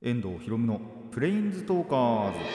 遠藤ひろむのプレインズトーカーズ。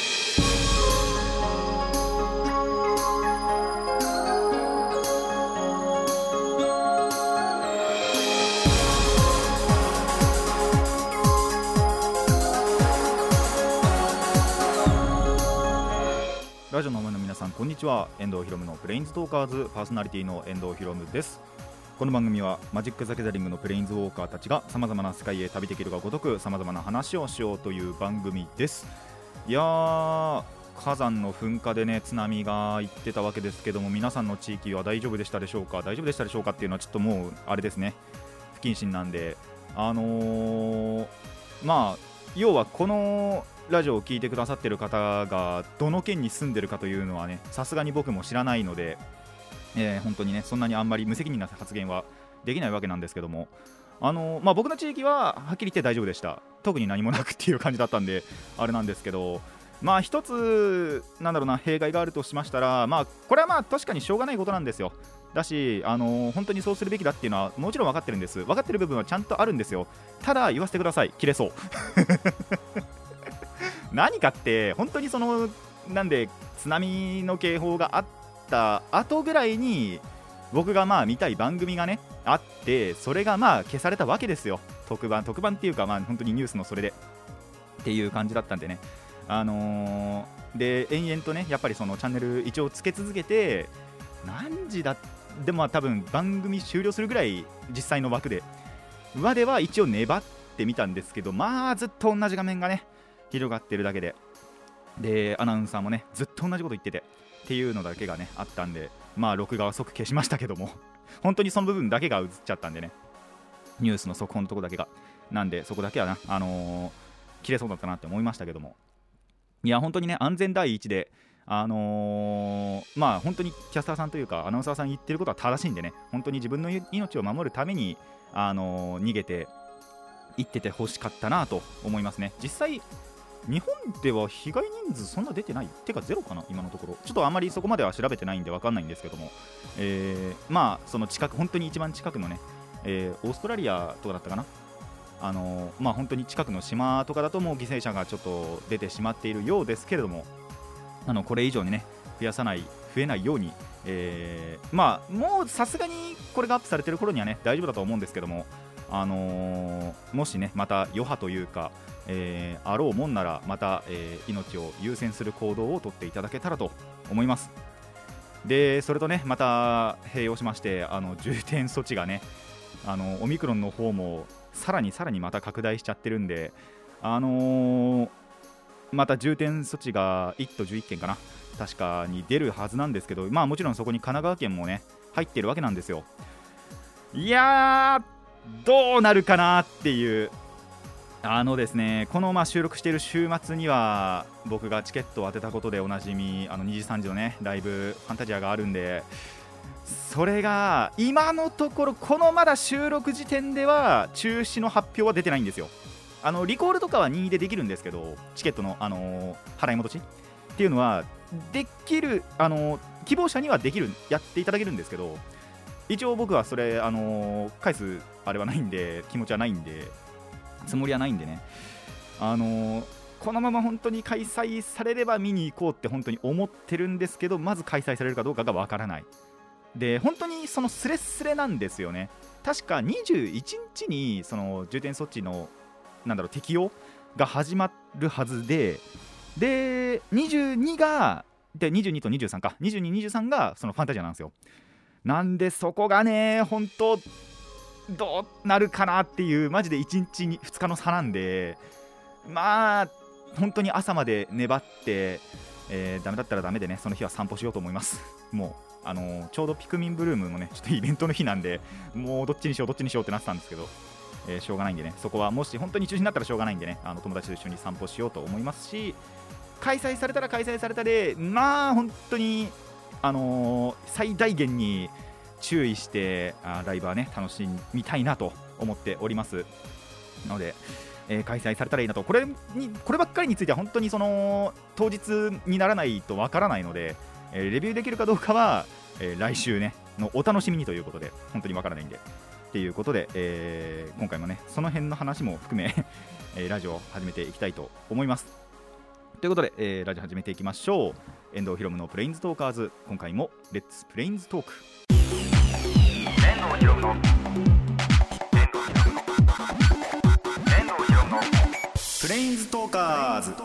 ラジオの前の皆さんこんにちは。遠藤ひろむのプレインズトーカーズパーソナリティの遠藤ひろむです。この番組はマジック・ザ・ギャザリングのプレインズウォーカーたちがさまざまな世界へ旅できるがごとくさまざまな話をしようという番組です。いやー、火山の噴火でね津波が行ってたわけですけども、皆さんの地域は大丈夫でしたでしょうか。大丈夫でしたでしょうかっていうのはちょっともうあれですね、不謹慎なんで、まあ要はこのラジオを聞いてくださってる方がどの県に住んでるかというのはね、さすがに僕も知らないので、本当にねそんなにあんまり無責任な発言はできないわけなんですけども、僕の地域ははっきり言って大丈夫でした。特に何もなくっていう感じだったんであれなんですけど、一つ弊害があるとしましたら、これは確かにしょうがないことなんですよ。だし本当にそうするべきだっていうのはもちろん分かってるんです。分かってる部分はちゃんとあるんですよ。ただ言わせてください、切れそう何かって本当になんで津波の警報があった後ぐらいに僕が見たい番組がねあって、それが消されたわけですよ。特番っていうか本当にニュースのそれでっていう感じだったんでね、で延々とねやっぱりそのチャンネル一応つけ続けて、何時だでも多分番組終了するぐらい実際の枠では一応粘ってみたんですけど、ずっと同じ画面がね広がってるだけで、アナウンサーもねずっと同じこと言っててっていうのだけがねあったんで、録画は即消しましたけども本当にその部分だけが映っちゃったんでね、ニュースの速報のとこだけがなんで、そこだけはな切れそうだったなって思いましたけども、いや本当にね安全第一で本当にキャスターさんというかアナウンサーさん言ってることは正しいんでね、本当に自分の命を守るために逃げて行っててほしかったなと思いますね。実際日本では被害人数そんな出てないてかゼロかな今のところ。ちょっとあまりそこまでは調べてないんで分かんないんですけども、その近く、本当に一番近くのね、オーストラリアとかだったかな、本当に近くの島とかだともう犠牲者がちょっと出てしまっているようですけれども、これ以上にね増えないように、もうさすがにこれがアップされてる頃にはね大丈夫だと思うんですけども、もしねまた余波というか、あろうもんならまた、命を優先する行動をとっていただけたらと思います。でそれとねまた併用しまして、重点措置がねオミクロンの方もさらにまた拡大しちゃってるんで、また重点措置が1都11県かな確かに出るはずなんですけど、もちろんそこに神奈川県もね入ってるわけなんですよ。いやーどうなるかなっていうですね、この収録している週末には僕がチケットを当てたことでおなじみ2時3時のねライブファンタジアがあるんで、それが今のところこのまだ収録時点では中止の発表は出てないんですよ。リコールとかは任意でできるんですけど、チケットの、払い戻しっていうのはできる、希望者にはできる、やっていただけるんですけど、一応僕はそれ、返すあれはないんで、気持ちはないんで、つもりはないんでね、このまま本当に開催されれば見に行こうって本当に思ってるんですけど、まず開催されるかどうかがわからない。で本当にそのスレスレなんですよね。確か21日にその重点措置の適用が始まるはずで、22と23か、22、23がそのファンタジアなんですよ。なんでそこがね本当どうなるかなっていう、マジで1日に2日の差なんで、本当に朝まで粘って、ダメだったらダメでね、その日は散歩しようと思います。もうちょうどピクミンブルームのねちょっとイベントの日なんで、もうどっちにしようってなってたんですけど、しょうがないんでね、そこはもし本当に中止になったらしょうがないんでね、友達と一緒に散歩しようと思いますし、開催されたら開催されたで本当に最大限に注意してライブはね楽しみたいなと思っておりますので、開催されたらいいなと。こればっかりについては本当にその当日にならないとわからないので、レビューできるかどうかは、来週ねのお楽しみにということで、本当にわからないんでっていうことで、今回もねその辺の話も含めラジオを始めていきたいと思います。ということで、ラジオ始めていきましょう。遠藤ひろむのプレインズトーカーズ、今回もレッツプレインズトーク。遠藤ひろむのプレインズトーカーズ。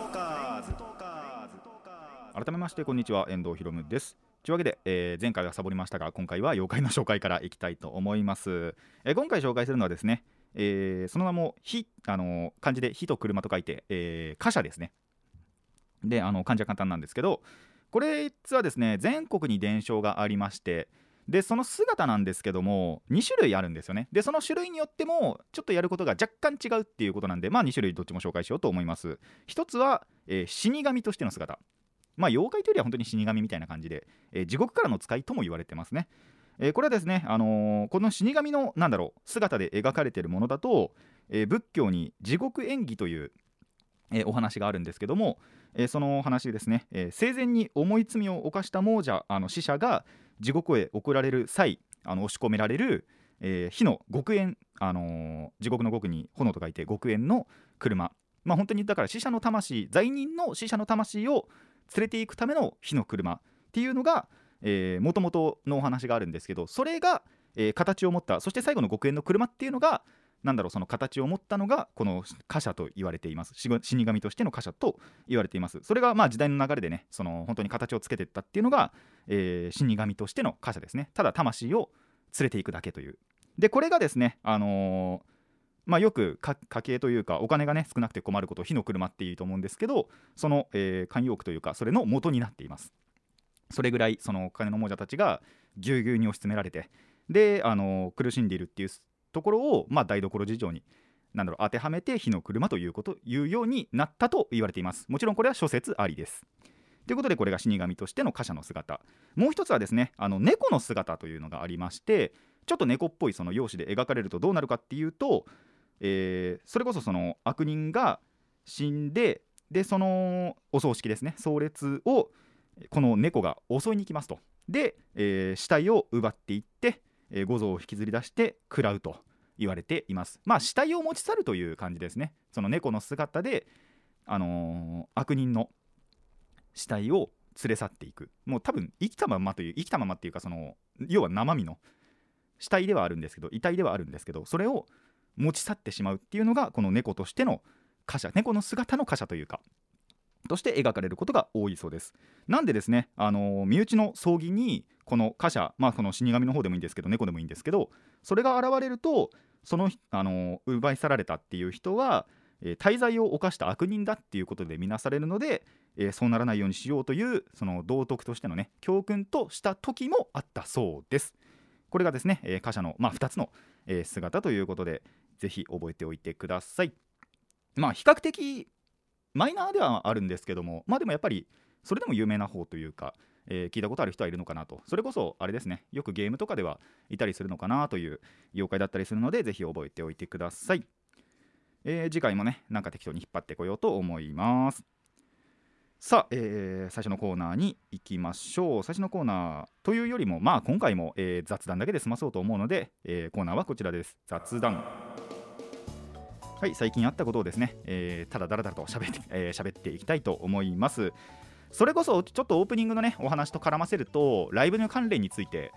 改めましてこんにちは、遠藤ひろむです。というわけで、前回はサボりましたが、今回は妖怪の紹介からいきたいと思います。今回紹介するのはですね、その名も漢字で火と車と書いて、貨車ですね。で、漢字は簡単なんですけど、これ実はですね、全国に伝承がありまして、でその姿なんですけども2種類あるんですよね。でその種類によってもちょっとやることが若干違うっていうことなんで、2種類どっちも紹介しようと思います。一つは、死神としての姿。妖怪というよりは本当に死神みたいな感じで、地獄からの使いとも言われてますね。これはですね、この死神の姿で描かれているものだと、仏教に地獄縁起という、お話があるんですけども、その話ですね、生前に重い罪を犯した死者が地獄へ送られる際、押し込められる、火の極縁、地獄の極に炎と書いて極縁の車、本当にだから死者の魂、罪人の死者の魂を連れていくための火の車っていうのがもともとのお話があるんですけど、それが、形を持った、そして最後の極縁の車っていうのがその形を持ったのがこの貨車と言われています。死神としての貨車と言われています。それが時代の流れでね、本当に形をつけていったっていうのが、死神としての貨車ですね。ただ魂を連れていくだけという。でこれがですね、よく家計というかお金がね少なくて困ることを火の車っていうと思うんですけど、その、慣用句というかそれの元になっています。それぐらいそのお金の亡者たちがぎゅうぎゅうに押し詰められて、で苦しんでいるっていうところを、台所事情に当てはめて火の車というようになったと言われています。もちろんこれは諸説ありです。ということでこれが死神としての貨車の姿。もう一つはですね、猫の姿というのがありまして、ちょっと猫っぽいその容姿で描かれるとどうなるかっていうと、それこそその悪人が死んで、でそのお葬式ですね、葬列をこの猫が襲いに行きますと。で、死体を奪っていって、五臓を引きずり出して食らうと言われています。死体を持ち去るという感じですね。その猫の姿で、悪人の死体を連れ去っていく。もう多分生きたままっていうか、その要は生身の死体ではあるんですけど、遺体ではあるんですけど、それを持ち去ってしまうっていうのがこの猫としての貨車、猫の姿の貨車というかとして描かれることが多いそうです。なんでですね、身内の葬儀にこの貨車、この死神の方でもいいんですけど猫でもいいんですけど、それが現れるとその、奪い去られたっていう人は、大罪を犯した悪人だっていうことで見なされるので、そうならないようにしようというその道徳としてのね教訓とした時もあったそうです。これがですね、貨車の、2つの、姿ということでぜひ覚えておいてください。比較的マイナーではあるんですけども、でもやっぱりそれでも有名な方というか、聞いたことある人はいるのかなと。それこそあれですね、よくゲームとかではいたりするのかなという妖怪だったりするので、ぜひ覚えておいてください。次回もね適当に引っ張ってこようと思います。さあ、最初のコーナーに行きましょう。最初のコーナーというよりも今回も、雑談だけで済まそうと思うので、コーナーはこちらです。雑談。はい、最近あったことをですね、ただだらだらと喋っていきたいと思います。それこそちょっとオープニングのねお話と絡ませると、ライブの関連について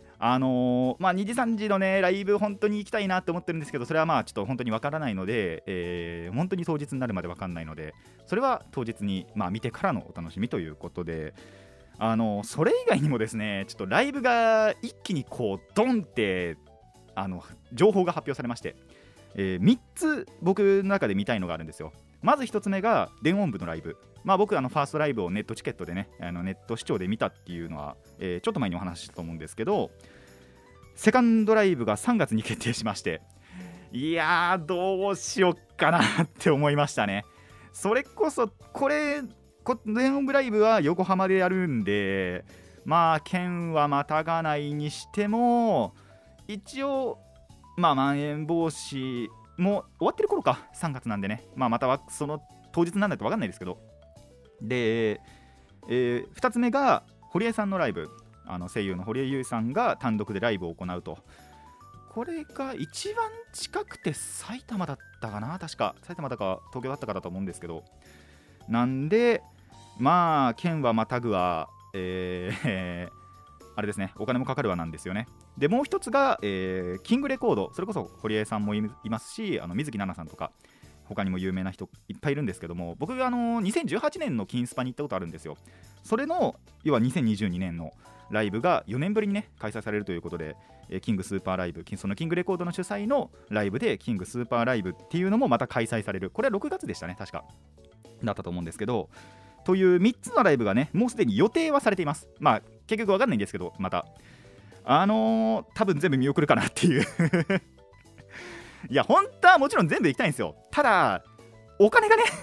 2時3時のねライブ本当に行きたいなって思ってるんですけど、それはちょっと本当にわからないので、本当に当日になるまでわかんないので、それは当日に見てからのお楽しみということで、それ以外にもですね、ちょっとライブが一気にこうドンって情報が発表されまして、3つ僕の中で見たいのがあるんですよ。まず1つ目が電音部のライブ。僕ファーストライブをネットチケットでねネット視聴で見たっていうのは、ちょっと前にお話ししたと思うんですけど、セカンドライブが3月に決定しまして、いやーどうしよっかなって思いましたね。それこそ電音部ライブは横浜でやるんで、県はまたがないにしても一応まん延防止も終わってる頃か、3月なんでね、またはその当日なんだと分かんないですけど、で、2つ目が堀江さんのライブ、声優の堀江優さんが単独でライブを行うと。 これが一番近くて埼玉だったかな、確か埼玉だか東京だったかだと思うんですけど、なんでまあ県はまたぐは、あれですね、お金もかかるわなんですよね。でもう一つが、キングレコード、それこそ堀江さんもいますし、水木奈々さんとか他にも有名な人いっぱいいるんですけども、僕が2018年の金スパに行ったことあるんですよ。それの要は2022年のライブが4年ぶりにね開催されるということで、キングスーパーライブ、そのキングレコードの主催のライブでキングスーパーライブっていうのもまた開催される。これは6月でしたね、確かだったと思うんですけど、という3つのライブがねもうすでに予定はされています。まあ結局わかんないんですけど、また多分全部見送るかなっていういや本当はもちろん全部行きたいんですよ。ただお金がね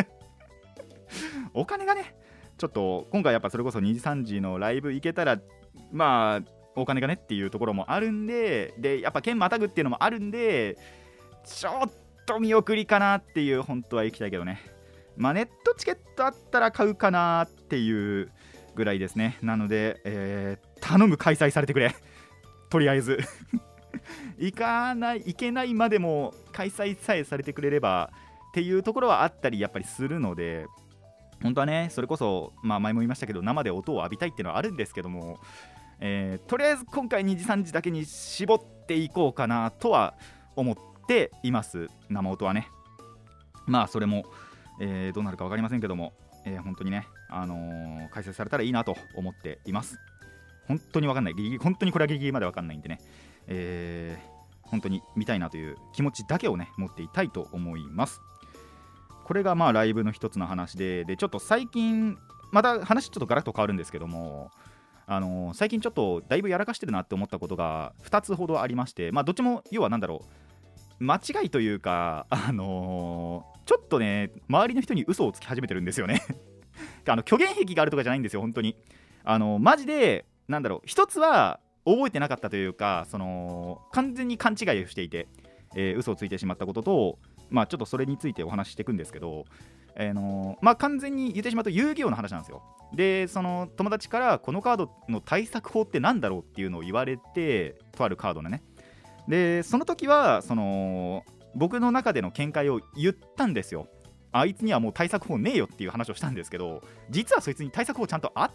お金がねちょっと今回やっぱそれこそ2時3時のライブ行けたらまあお金がねっていうところもあるんで、やっぱ県またぐっていうのもあるんで、ちょっと見送りかなっていう、本当は行きたいけどね、まあネットチケットあったら買うかなっていうぐらいですね。なので、頼む開催されてくれとりあえず行けないまでも開催さえされてくれればっていうところはあったりやっぱりするので、本当はねそれこそ、まあ、前も言いましたけど生で音を浴びたいっていうのはあるんですけども、とりあえず今回2時3時だけに絞っていこうかなとは思っています。生音はね、まあそれも、どうなるか分かりませんけども、本当にね、開催されたらいいなと思っています。本当に分かんない、本当にこれはギリギリまで分かんないんでね、本当に見たいなという気持ちだけをね持っていたいと思います。これがまあライブの一つの話で、ちょっと最近また話ちょっとガラッと変わるんですけども、最近ちょっとだいぶやらかしてるなって思ったことが2つほどありまして、まあどっちも要はなんだろう、間違いというかちょっとね周りの人に嘘をつき始めてるんですよね虚言癖があるとかじゃないんですよ、本当にマジでなんだろう、一つは覚えてなかったというか、完全に勘違いをしていて、嘘をついてしまったことと、まあちょっとそれについてお話ししていくんですけど、まあ完全に言ってしまうと遊戯王の話なんですよ。でその友達からこのカードの対策法ってなんだろうっていうのを言われて、とあるカードのね、でその時は僕の中での見解を言ったんですよ。あいつにはもう対策法ねえよっていう話をしたんですけど、実はそいつに対策法ちゃんとあって、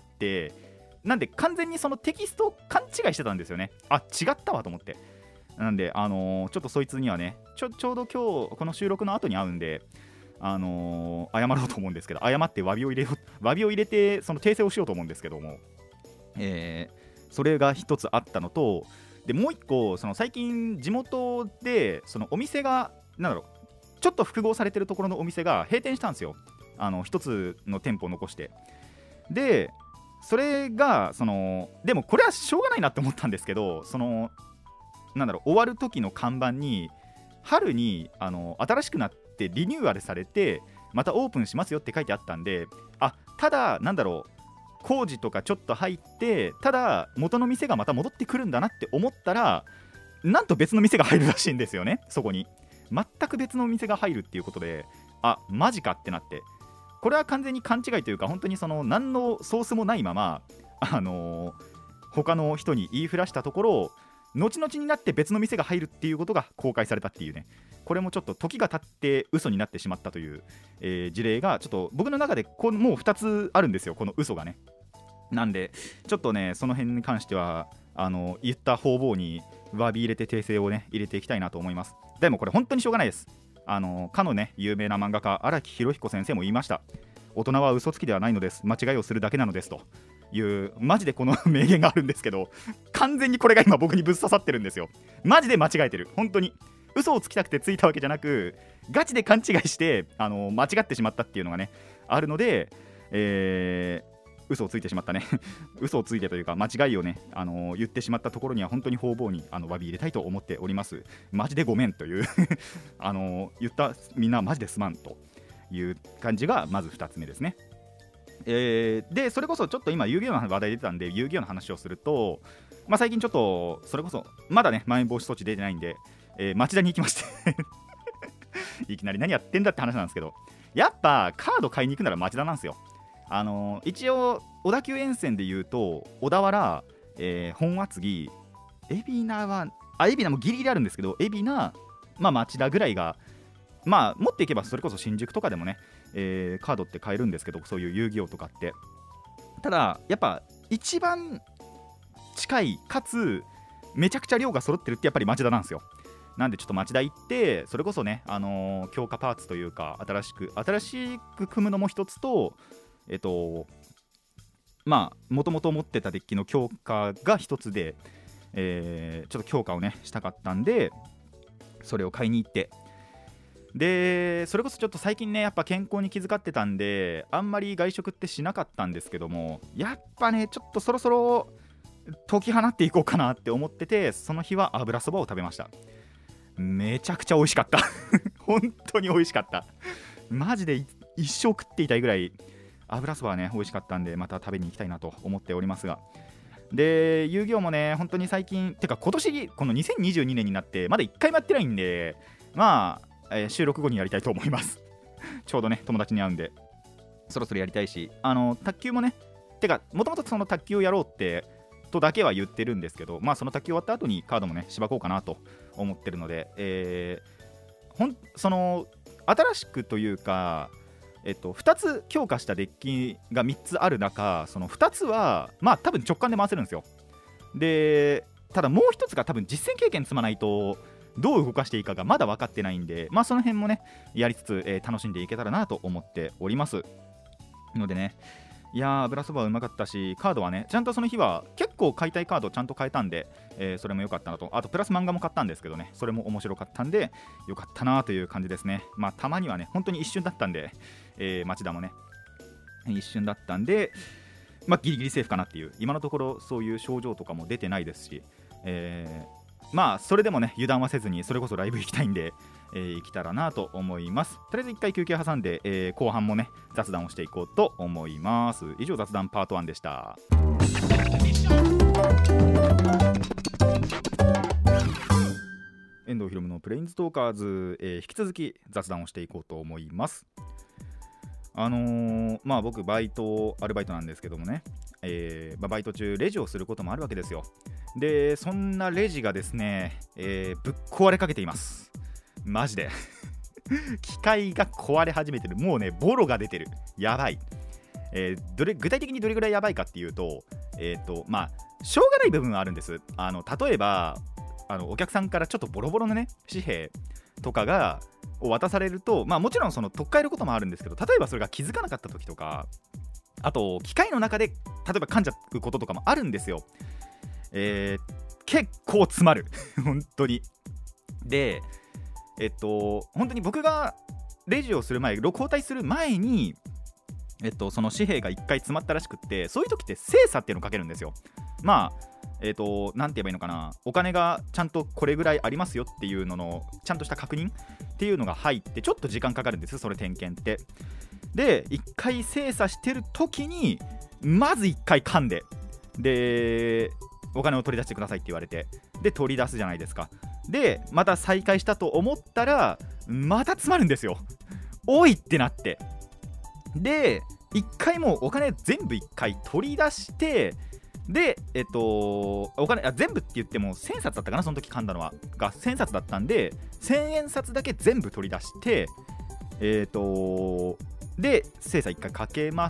なんで完全にそのテキストを勘違いしてたんですよね。あ、違ったわと思って。なんでちょっとそいつにはねちょうど今日この収録の後に会うんで謝ろうと思うんですけど、謝って詫びを入れてその訂正をしようと思うんですけども、それが一つあったのと、でもう一個、その最近地元でそのお店がなんだろう、ちょっと複合されてるところのお店が閉店したんですよ。一つの店舗を残して。でそれがでもこれはしょうがないなって思ったんですけど、なんだろう、終わる時の看板に春に新しくなってリニューアルされてまたオープンしますよって書いてあったんで、ただなんだろう、工事とかちょっと入ってただ元の店がまた戻ってくるんだなって思ったら、なんと別の店が入るらしいんですよね。そこに全く別の店が入るっていうことで、マジかってなって、これは完全に勘違いというか、本当に何のソースもないまま他の人に言いふらしたところ、後々になって別の店が入るっていうことが公開されたっていうね、これもちょっと時が経って嘘になってしまったという、事例がちょっと僕の中でもう2つあるんですよ、この嘘がね。なんでちょっとねその辺に関しては言った方々に詫び入れて訂正をね入れていきたいなと思います。でもこれ本当にしょうがないです。かのね有名な漫画家荒木博彦先生も言いました。大人は嘘つきではないのです、間違いをするだけなのですというマジでこの名言があるんですけど、完全にこれが今僕にぶっ刺さってるんですよ。マジで間違えてる、本当に嘘をつきたくてついたわけじゃなく、ガチで勘違いして間違ってしまったっていうのがねあるので、嘘をついてしまったね嘘をついてというか間違いをね、言ってしまったところには本当に方々に詫び入れたいと思っております。マジでごめんという言ったみんなマジですまんという感じがまず2つ目ですね。でそれこそちょっと今遊戯王の話題出てたんで遊戯王の話をすると、最近ちょっとそれこそまだねまん延防止措置出てないんで、町田に行きましていきなり何やってんだって話なんですけど、やっぱカード買いに行くなら町田なんですよ。一応小田急沿線でいうと小田原、本厚木、海老名は海老名もギリギリあるんですけど、海老名、まあ、町田ぐらいが、まあ持っていけばそれこそ新宿とかでもね、カードって買えるんですけど、そういう遊戯王とかって。ただやっぱ一番近いかつめちゃくちゃ量が揃ってるってやっぱり町田なんですよ。なんでちょっと町田行って、それこそね、強化パーツというか新しく組むのも一つと、まあもともと持ってたデッキの強化が一つで、ちょっと強化をねしたかったんで、それを買いに行って、でそれこそちょっと最近ねやっぱ健康に気遣ってたんで、あんまり外食ってしなかったんですけども、やっぱねちょっとそろそろ解き放っていこうかなって思ってて、その日は油そばを食べました。めちゃくちゃ美味しかった本当に美味しかった。マジで一生食っていたいぐらい油そばはね美味しかったんで、また食べに行きたいなと思っておりますが、で遊戯王もね本当に最近てか今年この2022年になってまだ1回もやってないんで、まあ、収録後にやりたいと思いますちょうどね友達に会うんでそろそろやりたいし、卓球もね、てかもともとその卓球をやろうってとだけは言ってるんですけど、まあその卓球終わった後にカードもねしばこうかなと思ってるので、その新しくというか、2つ強化したデッキが3つある中、その2つはまあ多分直感で回せるんですよ。でただもう1つが多分実戦経験積まないとどう動かしていいかがまだ分かってないんで、まあその辺もねやりつつ、楽しんでいけたらなと思っておりますのでね。いやー油そばはうまかったし、カードはねちゃんとその日は結構買いたいカードちゃんと買えたんで、それも良かったなと。あとプラス漫画も買ったんですけどね、それも面白かったんで良かったなという感じですね。まあたまにはね本当に一瞬だったんで、町田もね一瞬だったんで、まあギリギリセーフかなっていう。今のところそういう症状とかも出てないですし、まあそれでもね油断はせずにそれこそライブ行きたいんで、行きたらなと思います。とりあえず一回休憩挟んで、後半もね雑談をしていこうと思います。以上雑談パート1でした。遠藤ひろむのプレインズトーカーズ、引き続き雑談をしていこうと思います。まあ僕アルバイトなんですけどもね、バイト中レジをすることもあるわけですよ。でそんなレジがですね、ぶっ壊れかけています。マジで機械が壊れ始めてる。もうねボロが出てる。やばい。具体的にどれぐらいやばいかっていうと、まあしょうがない部分はあるんです。例えばお客さんからちょっとボロボロのね紙幣とかを渡されると、まあもちろんその取っ換えることもあるんですけど、例えばそれが気づかなかった時とか、あと機械の中で例えば噛んじゃうこととかもあるんですよ。結構詰まる本当に。で本当に僕がレジをする前、交代する前にその紙幣が1回詰まったらしくって、そういう時って精査っていうのをかけるんですよ。まあなんて言えばいいのかな、お金がちゃんとこれぐらいありますよっていうののちゃんとした確認っていうのが入ってちょっと時間かかるんです、それ点検って。で1回精査してる時にまず1回噛んで、でお金を取り出してくださいって言われて、で取り出すじゃないですか。でまた再開したと思ったらまた詰まるんですよ。おいってなって、で1回もうお金全部1回取り出して、でお金全部って言っても1000冊だったかな、その時噛んだのはが1000冊だったんで1000円札だけ全部取り出して、で精査1回かけます。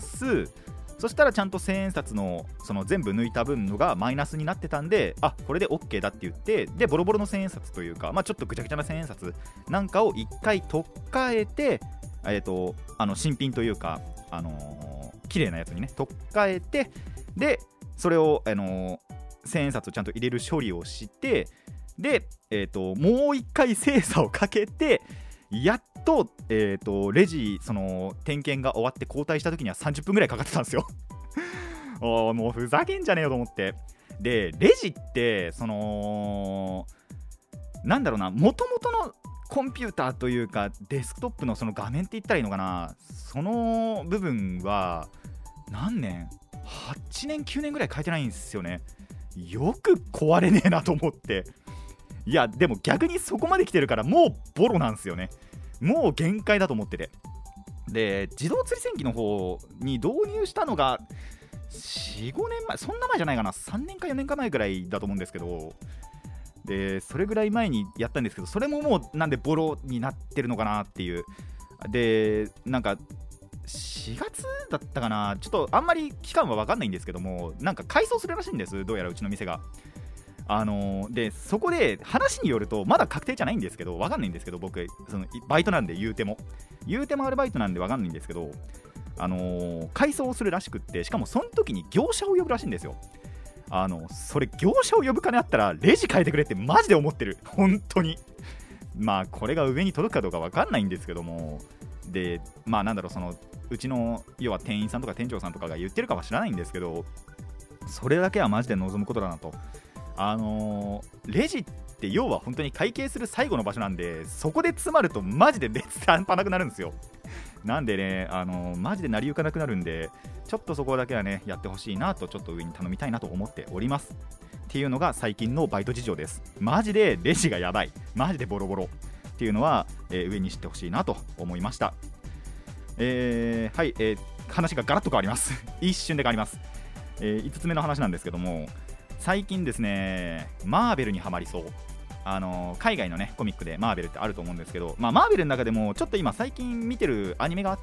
そしたらちゃんと1000円札のその全部抜いた分のがマイナスになってたんで、あこれで OK だって言って、でボロボロの1000円札というか、まあちょっとぐちゃぐちゃな1000円札なんかを1回取っ替えて、新品というか綺麗なやつにね取っ替えて、でそれを1000円札をちゃんと入れる処理をして、でもう1回精査をかけて、やっと、レジその点検が終わって交代した時には30分ぐらいかかってたんですよもうふざけんじゃねえよと思って。でレジってそのなんだろうな、元々のコンピューターというかデスクトップのその画面って言ったらいいのかな、その部分は何年8年9年ぐらい変えてないんですよね。よく壊れねえなと思って。いやでも逆にそこまで来てるからもうボロなんですよね。もう限界だと思ってて、で自動釣り銭機の方に導入したのが 4,5 年前、そんな前じゃないかな、3年か4年か前ぐらいだと思うんですけど、 でそれぐらい前にやったんですけど、それももうなんでボロになってるのかなっていう。でなんか4月だったかな、ちょっとあんまり期間は分かんないんですけども、なんか改装するらしいんです、どうやらうちの店が。でそこで話によると、まだ確定じゃないんですけど、分かんないんですけど、僕そのバイトなんで言うてもアルバイトなんで分かんないんですけど、改装をするらしくって、しかもその時に業者を呼ぶらしいんですよ。それ業者を呼ぶ金あったらレジ変えてくれってマジで思ってる、本当に。まあこれが上に届くかどうか分かんないんですけども、でまあなんだろう、そのうちの要は店員さんとか店長さんとかが言ってるかは知らないんですけど、それだけはマジで望むことだなと。レジって要は本当に会計する最後の場所なんで、そこで詰まるとマジで列半端なくなるんですよ。なんでね、マジで成り行かなくなるんで、ちょっとそこだけはねやってほしいなと、ちょっと上に頼みたいなと思っておりますっていうのが最近のバイト事情です。マジでレジがやばい、マジでボロボロっていうのは、上に知ってほしいなと思いました。はい、話がガラッと変わります一瞬で変わります。5つ目の話なんですけども、最近ですねマーベルにハマりそう。海外のねコミックでマーベルってあると思うんですけど、マーベルの中でもちょっと今最近見てるアニメがあって、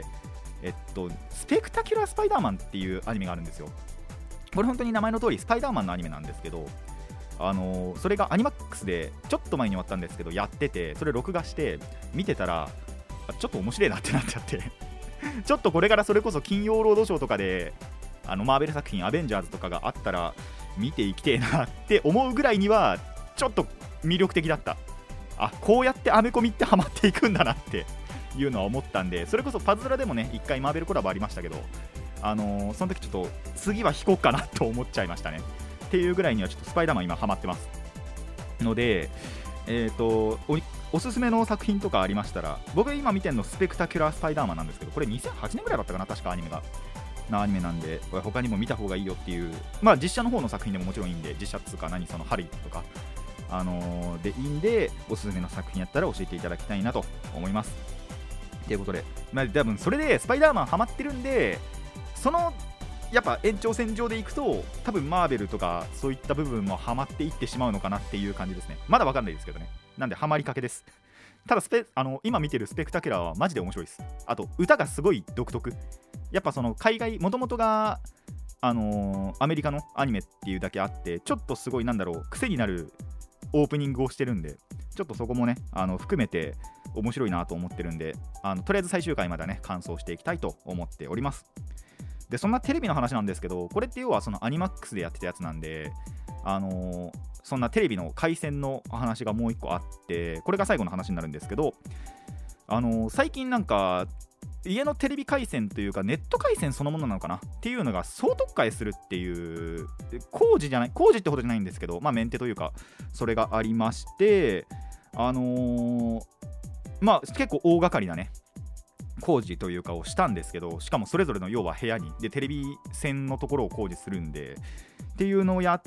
スペクタキュラースパイダーマンっていうアニメがあるんですよ。これ本当に名前の通りスパイダーマンのアニメなんですけど、それがアニマックスでちょっと前に終わったんですけどやってて、それ録画して見てたらちょっと面白いなってなっちゃってちょっとこれからそれこそ金曜ロードショーとかでマーベル作品アベンジャーズとかがあったら見ていきてえなって思うぐらいにはちょっと魅力的だった。こうやってアメコミってハマっていくんだなっていうのは思ったんで、それこそパズドラでもね1回マーベルコラボありましたけど、その時ちょっと次は引こうかなと思っちゃいましたねっていうぐらいにはちょっとスパイダーマン今ハマってますので、おすすめの作品とかありましたら、僕今見てるのスペクタキュラースパイダーマンなんですけど、これ2008年ぐらいだったかな確かアニメなんで、これ他にも見た方がいいよっていう、実写の方の作品でももちろんいいんで、実写っつうかそのハリーとかでいいんで、おすすめの作品やったら教えていただきたいなと思います。ということで、多分それでスパイダーマンハマってるんで、そのやっぱ延長線上でいくと多分マーベルとかそういった部分もハマっていってしまうのかなっていう感じですね。まだわかんないですけどね。なんでハマりかけです。ただ今見てるスペクタキュラーはマジで面白いです。あと歌がすごい独特。やっぱその海外もともとがアメリカのアニメっていうだけあって、ちょっとすごい癖になるオープニングをしてるんで、ちょっとそこもね含めて面白いなと思ってるんで、とりあえず最終回までね完走していきたいと思っております。でそんなテレビの話なんですけど、これって要はそのアニマックスでやってたやつなんで、そんなテレビの回線の話がもう一個あって、これが最後の話になるんですけど、最近家のテレビ回線というかネット回線そのものなのかなっていうのが総特化するっていう、工事ってほどじゃないんですけど、メンテというかそれがありまして、結構大掛かりなね工事というかをしたんですけど、しかもそれぞれの要は部屋にでテレビ線のところを工事するんでっていうのをやって、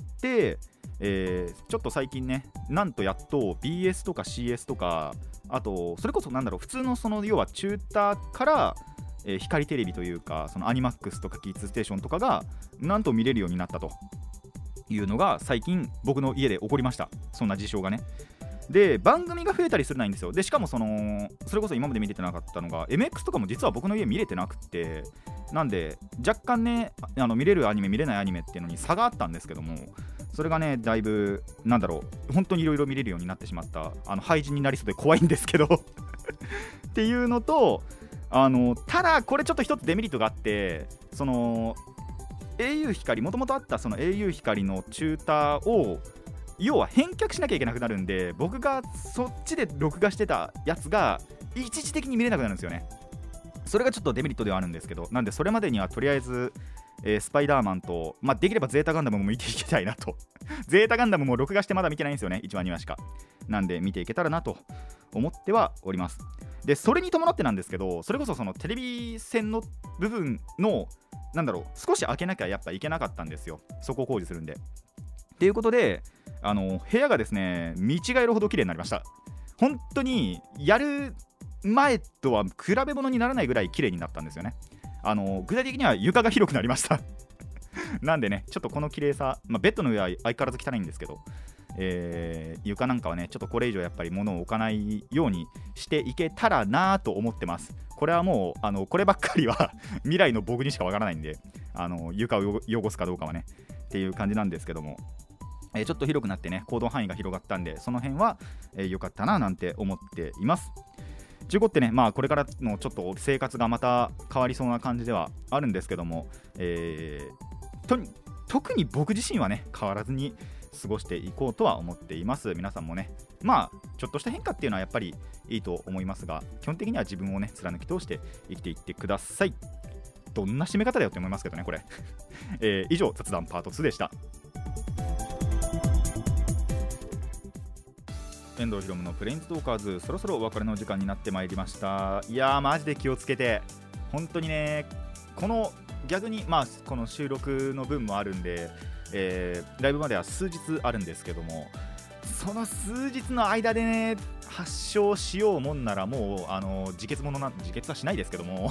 ちょっと最近ねなんとやっと BS とか CS とか、あとそれこそ普通のその要はチューターから、光テレビというかそのアニマックスとかキッズステーションとかがなんと見れるようになったというのが最近僕の家で起こりました。そんな事象がね。で番組が増えたりするないんですよ。でしかもそれこそ今まで見れてなかったのが MX とかも実は僕の家見れてなくて、なんで若干ね見れるアニメ見れないアニメっていうのに差があったんですけども、それがねだいぶ本当にいろいろ見れるようになってしまった。廃人になりそうで怖いんですけどっていうのと、ただこれちょっと一つデメリットがあって、その au 光もともとあったその au 光のチューターを要は返却しなきゃいけなくなるんで、僕がそっちで録画してたやつが一時的に見れなくなるんですよね。それがちょっとデメリットではあるんですけど、なんでそれまでにはとりあえず、スパイダーマンと、できればゼータガンダムも見ていきたいなとゼータガンダムも録画してまだ見てないんですよね、1話2話しか。なんで見ていけたらなと思ってはおります。でそれに伴ってなんですけど、それこそそのテレビ線の部分の少し開けなきゃやっぱいけなかったんですよ、そこを工事するんで。っていうことで部屋がですね見違えるほど綺麗になりました。本当にやる前とは比べ物にならないぐらい綺麗になったんですよね。具体的には床が広くなりましたなんでねちょっとこの綺麗さ、ベッドの上は相変わらず汚いんですけど、 床なんかはねちょっとこれ以上やっぱり物を置かないようにしていけたらなと思ってます。これはもうこればっかりは未来の僕にしかわからないんで、床を汚すかどうかはねっていう感じなんですけども、ちょっと広くなってね行動範囲が広がったんで、その辺は良かったななんて思っています。15ってね、まあこれからのちょっと生活がまた変わりそうな感じではあるんですけども、特に僕自身はね変わらずに過ごしていこうとは思っています。皆さんもね、まあちょっとした変化っていうのはやっぱりいいと思いますが、基本的には自分をね貫き通して生きていってください。どんな締め方だよって思いますけどねこれ以上雑談パート2でした。遠藤ひろむのプレインズトーカーズ、そろそろお別れの時間になってまいりました。いやーマジで気をつけて、本当にねこの逆にまあこの収録の分もあるんで、ライブまでは数日あるんですけども、その数日の間でね発症しようもんならもう自決はしないですけども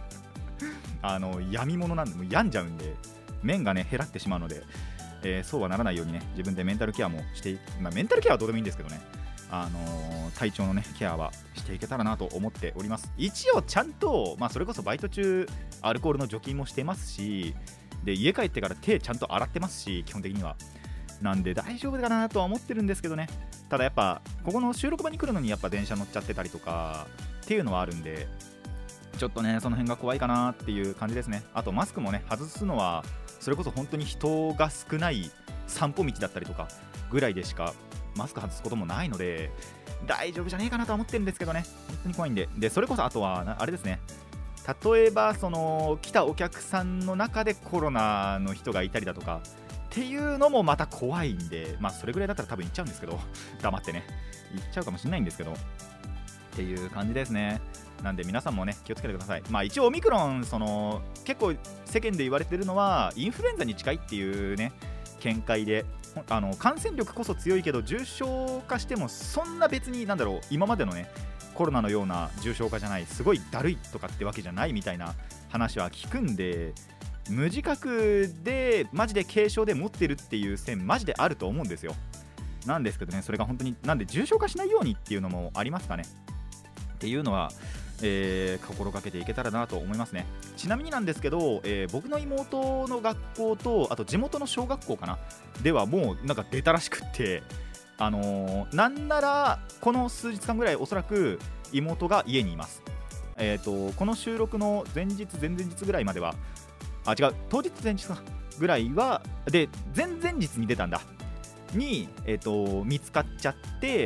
病み物なんでもう病んじゃうんで、面がね減らってしまうので、そうはならないようにね自分でメンタルケアもして、メンタルケアはどうでもいいんですけどね、体調のねケアはしていけたらなと思っております。一応ちゃんと、それこそバイト中アルコールの除菌もしてますし、で家帰ってから手ちゃんと洗ってますし、基本的にはなんで大丈夫かなとは思ってるんですけどね。ただやっぱここの収録場に来るのにやっぱ電車乗っちゃってたりとかっていうのはあるんで、ちょっとねその辺が怖いかなっていう感じですね。あとマスクもね外すのはそれこそ本当に人が少ない散歩道だったりとかぐらいでしかマスク外すこともないので大丈夫じゃねえかなとは思ってるんですけどね、本当に怖いんで。でそれこそあとはあれですね、例えばその来たお客さんの中でコロナの人がいたりだとかっていうのもまた怖いんで、それぐらいだったら多分行っちゃうんですけど黙ってね行っちゃうかもしれないんですけどっていう感じですね。なんで皆さんもね気をつけてください。一応オミクロン結構世間で言われてるのはインフルエンザに近いっていうね見解で、感染力こそ強いけど重症化してもそんな別に今までのねコロナのような重症化じゃない、すごいだるいとかってわけじゃないみたいな話は聞くんで、無自覚でマジで軽症で持ってるっていう線マジであると思うんですよ。なんですけどね、それが本当になんで重症化しないようにっていうのもありますかねっていうのは、心がけていけたらなと思いますね。ちなみになんですけど、僕の妹の学校とあと地元の小学校かなではもうなんか出たらしくって、なんならこの数日間ぐらいおそらく妹が家にいます。この収録の前々日ぐらいまでは当日前日ぐらいはで前々日に出たんだに、見つかっちゃって、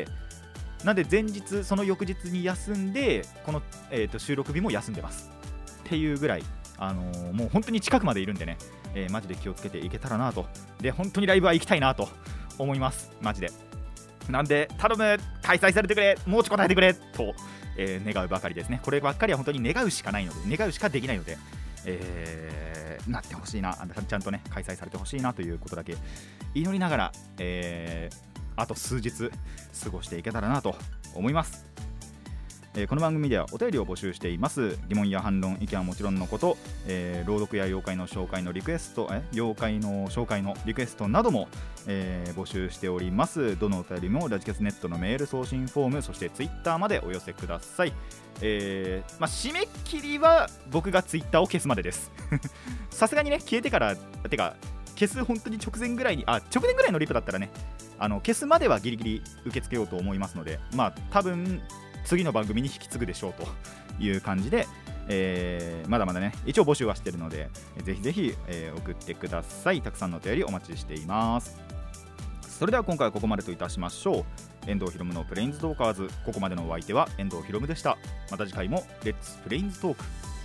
なんで前日その翌日に休んでこの、収録日も休んでますっていうぐらい、もう本当に近くまでいるんでね、マジで気をつけていけたらなと。で本当にライブは行きたいなと思いますマジで。なんで頼む、開催されてくれ、もうちょっと答えてくれと、願うばかりですね。こればっかりは本当に願うしかないので、願うしかできないので、なってほしいな、ちゃんとね開催されてほしいなということだけ祈りながら、あと数日過ごしていけたらなと思います。この番組ではお便りを募集しています。疑問や反論、意見はもちろんのこと、朗読や妖怪の紹介のリクエスト、妖怪の紹介のリクエストなども、募集しております。どのお便りもラジキャスネットのメール送信フォーム、そしてツイッターまでお寄せください。締め切りは僕がツイッターを消すまでですさすがにね消えてから消す本当に直前ぐらいのリプだったらね消すまではギリギリ受け付けようと思いますので、多分次の番組に引き継ぐでしょうという感じで、まだまだね一応募集はしているのでぜひぜひ、送ってください。たくさんのお便りお待ちしています。それでは今回はここまでといたしましょう。遠藤ひろむのプレインズトーカーズ、ここまでのお相手は遠藤ひろむでした。また次回もレッツプレインズトーク。